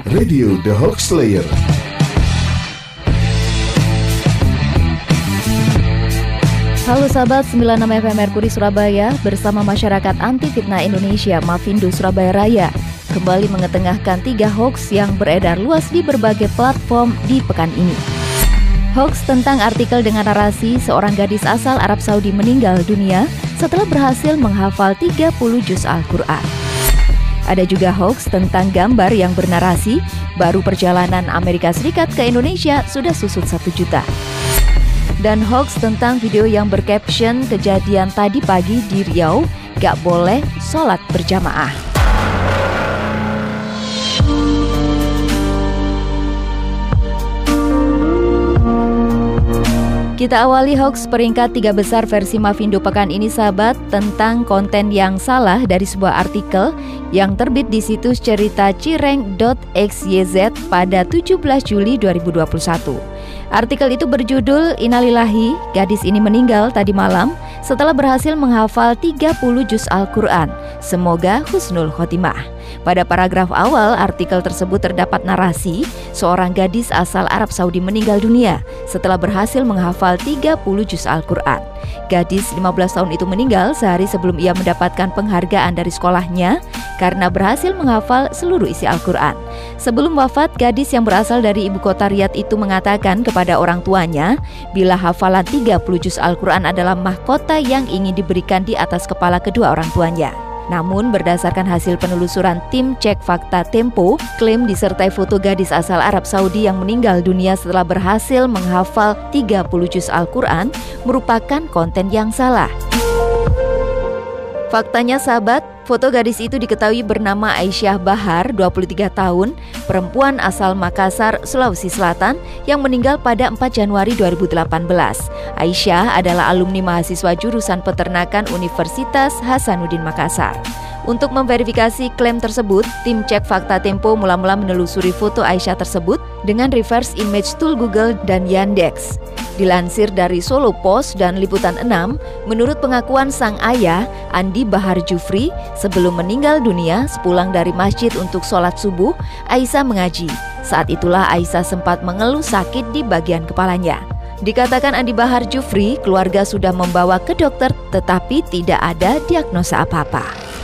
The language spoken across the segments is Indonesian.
Radio The Hoax Slayer. Halo sahabat 96 FM Merkuri Surabaya, bersama masyarakat anti fitnah Indonesia Mafindo Surabaya Raya kembali mengetengahkan 3 hoax yang beredar luas di berbagai platform di pekan ini. Hoax tentang artikel dengan narasi seorang gadis asal Arab Saudi meninggal dunia setelah berhasil menghafal 30 juz Al-Quran. Ada juga hoax tentang gambar yang bernarasi baru perjalanan Amerika Serikat ke Indonesia sudah susut 1 juta. Dan hoax tentang video yang bercaption kejadian tadi pagi di Riau gak boleh sholat berjamaah. Kita awali hoax peringkat 3 besar versi Mafindo pekan ini sahabat, tentang konten yang salah dari sebuah artikel yang terbit di situs cerita cireng.xyz pada 17 Juli 2021. Artikel itu berjudul Innalillahi, gadis ini meninggal tadi malam setelah berhasil menghafal 30 juz Al-Quran. Semoga husnul khotimah. Pada paragraf awal artikel tersebut terdapat narasi seorang gadis asal Arab Saudi meninggal dunia setelah berhasil menghafal 30 juz Al-Quran. Gadis 15 tahun itu meninggal sehari sebelum ia mendapatkan penghargaan dari sekolahnya karena berhasil menghafal seluruh isi Al-Quran. Sebelum wafat, gadis yang berasal dari ibu kota Riyadh itu mengatakan kepada orang tuanya bila hafalan 30 juz Al-Quran adalah mahkota yang ingin diberikan di atas kepala kedua orang tuanya. Namun berdasarkan hasil penelusuran tim cek fakta Tempo, klaim disertai foto gadis asal Arab Saudi yang meninggal dunia setelah berhasil menghafal 30 juz Al-Quran merupakan konten yang salah. Faktanya sahabat, foto gadis itu diketahui bernama Aisyah Bahar, 23 tahun, perempuan asal Makassar, Sulawesi Selatan yang meninggal pada 4 Januari 2018. Aisyah adalah alumni mahasiswa jurusan peternakan Universitas Hasanuddin Makassar. Untuk memverifikasi klaim tersebut, tim cek fakta Tempo mula-mula menelusuri foto Aisyah tersebut dengan reverse image tool Google dan Yandex. Dilansir dari Solo Post dan Liputan 6, menurut pengakuan sang ayah, Andi Bahar Jufri, sebelum meninggal dunia sepulang dari masjid untuk sholat subuh, Aisyah mengaji. Saat itulah Aisyah sempat mengeluh sakit di bagian kepalanya. Dikatakan Andi Bahar Jufri, keluarga sudah membawa ke dokter tetapi tidak ada diagnosa apa-apa.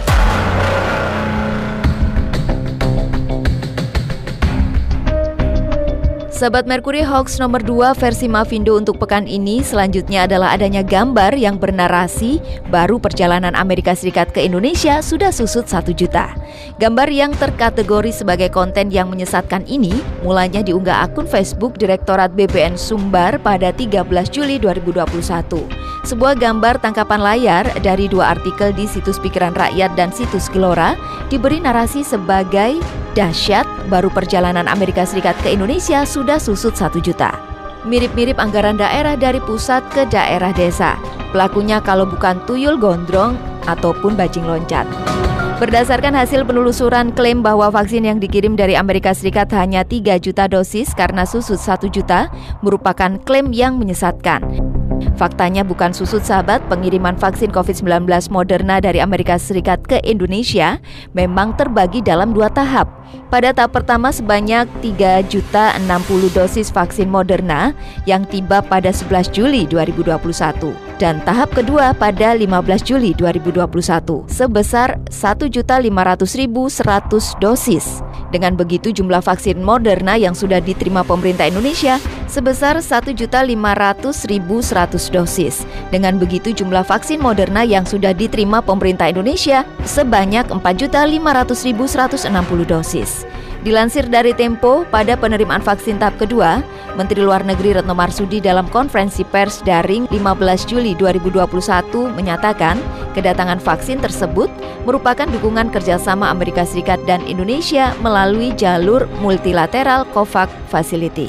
Sahabat Merkuri, hoax nomor 2 versi Mafindo untuk pekan ini selanjutnya adalah adanya gambar yang bernarasi baru perjalanan Amerika Serikat ke Indonesia sudah susut 1 juta. Gambar yang terkategori sebagai konten yang menyesatkan ini mulanya diunggah akun Facebook Direktorat BPN Sumbar pada 13 Juli 2021. Sebuah gambar tangkapan layar dari 2 artikel di situs Pikiran Rakyat dan situs Gelora diberi narasi sebagai dahsyat, baru perjalanan Amerika Serikat ke Indonesia sudah susut 1 juta. Mirip-mirip anggaran daerah dari pusat ke daerah desa. Pelakunya kalau bukan tuyul gondrong ataupun bajing loncat. Berdasarkan hasil penelusuran, klaim bahwa vaksin yang dikirim dari Amerika Serikat hanya 3 juta dosis karena susut 1 juta merupakan klaim yang menyesatkan. Faktanya bukan susut sahabat, pengiriman vaksin COVID-19 Moderna dari Amerika Serikat ke Indonesia memang terbagi dalam 2 tahap. Pada tahap pertama sebanyak 3.060 dosis vaksin Moderna yang tiba pada 11 Juli 2021 dan tahap kedua pada 15 Juli 2021 sebesar 1.500.100 dosis. Dengan begitu jumlah vaksin Moderna yang sudah diterima pemerintah Indonesia sebesar 1.500.100 dosis. Dengan begitu jumlah vaksin Moderna yang sudah diterima pemerintah Indonesia sebanyak 4.500.160 dosis. Dilansir dari Tempo, pada penerimaan vaksin tahap kedua, Menteri Luar Negeri Retno Marsudi dalam konferensi pers daring 15 Juli 2021 menyatakan kedatangan vaksin tersebut merupakan dukungan kerjasama Amerika Serikat dan Indonesia melalui jalur multilateral COVAX Facility.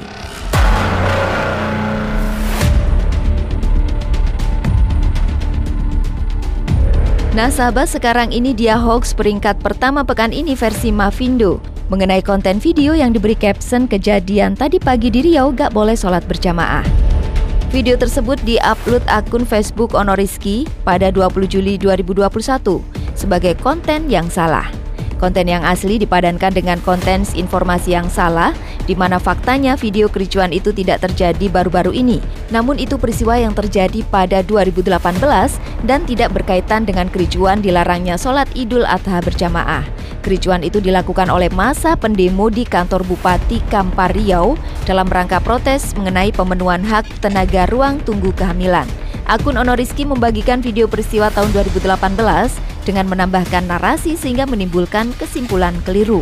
Nah sahabat, sekarang ini dia hoax peringkat pertama pekan ini versi Mafindo mengenai konten video yang diberi caption kejadian tadi pagi di Riau gak boleh sholat berjamaah. Video tersebut diupload akun Facebook Onoriski pada 20 Juli 2021 sebagai konten yang salah. Konten yang asli dipadankan dengan konten informasi yang salah, di mana faktanya video kericuan itu tidak terjadi baru-baru ini. Namun itu peristiwa yang terjadi pada 2018 dan tidak berkaitan dengan kericuan dilarangnya sholat Idul Adha berjamaah. Kericuan itu dilakukan oleh massa pendemo di kantor Bupati Kampar Riau dalam rangka protes mengenai pemenuhan hak tenaga ruang tunggu kehamilan. Akun Onoriski membagikan video peristiwa tahun 2018 dengan menambahkan narasi sehingga menimbulkan kesimpulan keliru.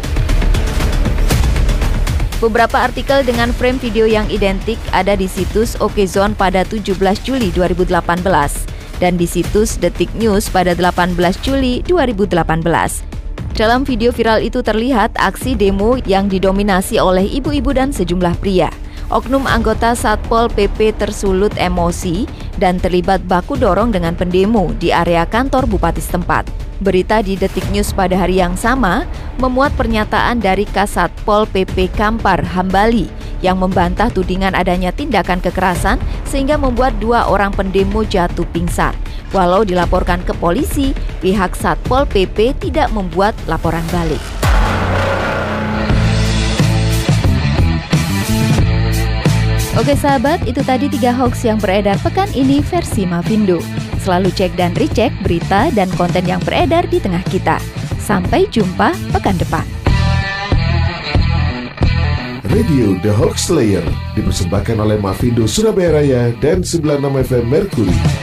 Beberapa artikel dengan frame video yang identik ada di situs Okezone pada 17 Juli 2018 dan di situs Detik News pada 18 Juli 2018. Dalam video viral itu terlihat aksi demo yang didominasi oleh ibu-ibu dan sejumlah pria. Oknum anggota Satpol PP tersulut emosi dan terlibat baku dorong dengan pendemo di area kantor bupati setempat. Berita di Detik News pada hari yang sama memuat pernyataan dari Kasatpol PP Kampar Hambali yang membantah tudingan adanya tindakan kekerasan sehingga membuat 2 orang pendemo jatuh pingsan. Walau dilaporkan ke polisi, pihak Satpol PP tidak membuat laporan balik. Oke sahabat, itu tadi 3 hoax yang beredar pekan ini versi Mavindo. Selalu cek dan recheck berita dan konten yang beredar di tengah kita. Sampai jumpa pekan depan. Radio The Hoax Slayer dipersembahkan oleh Mavindo Surabaya Raya dan 96 FM Mercury.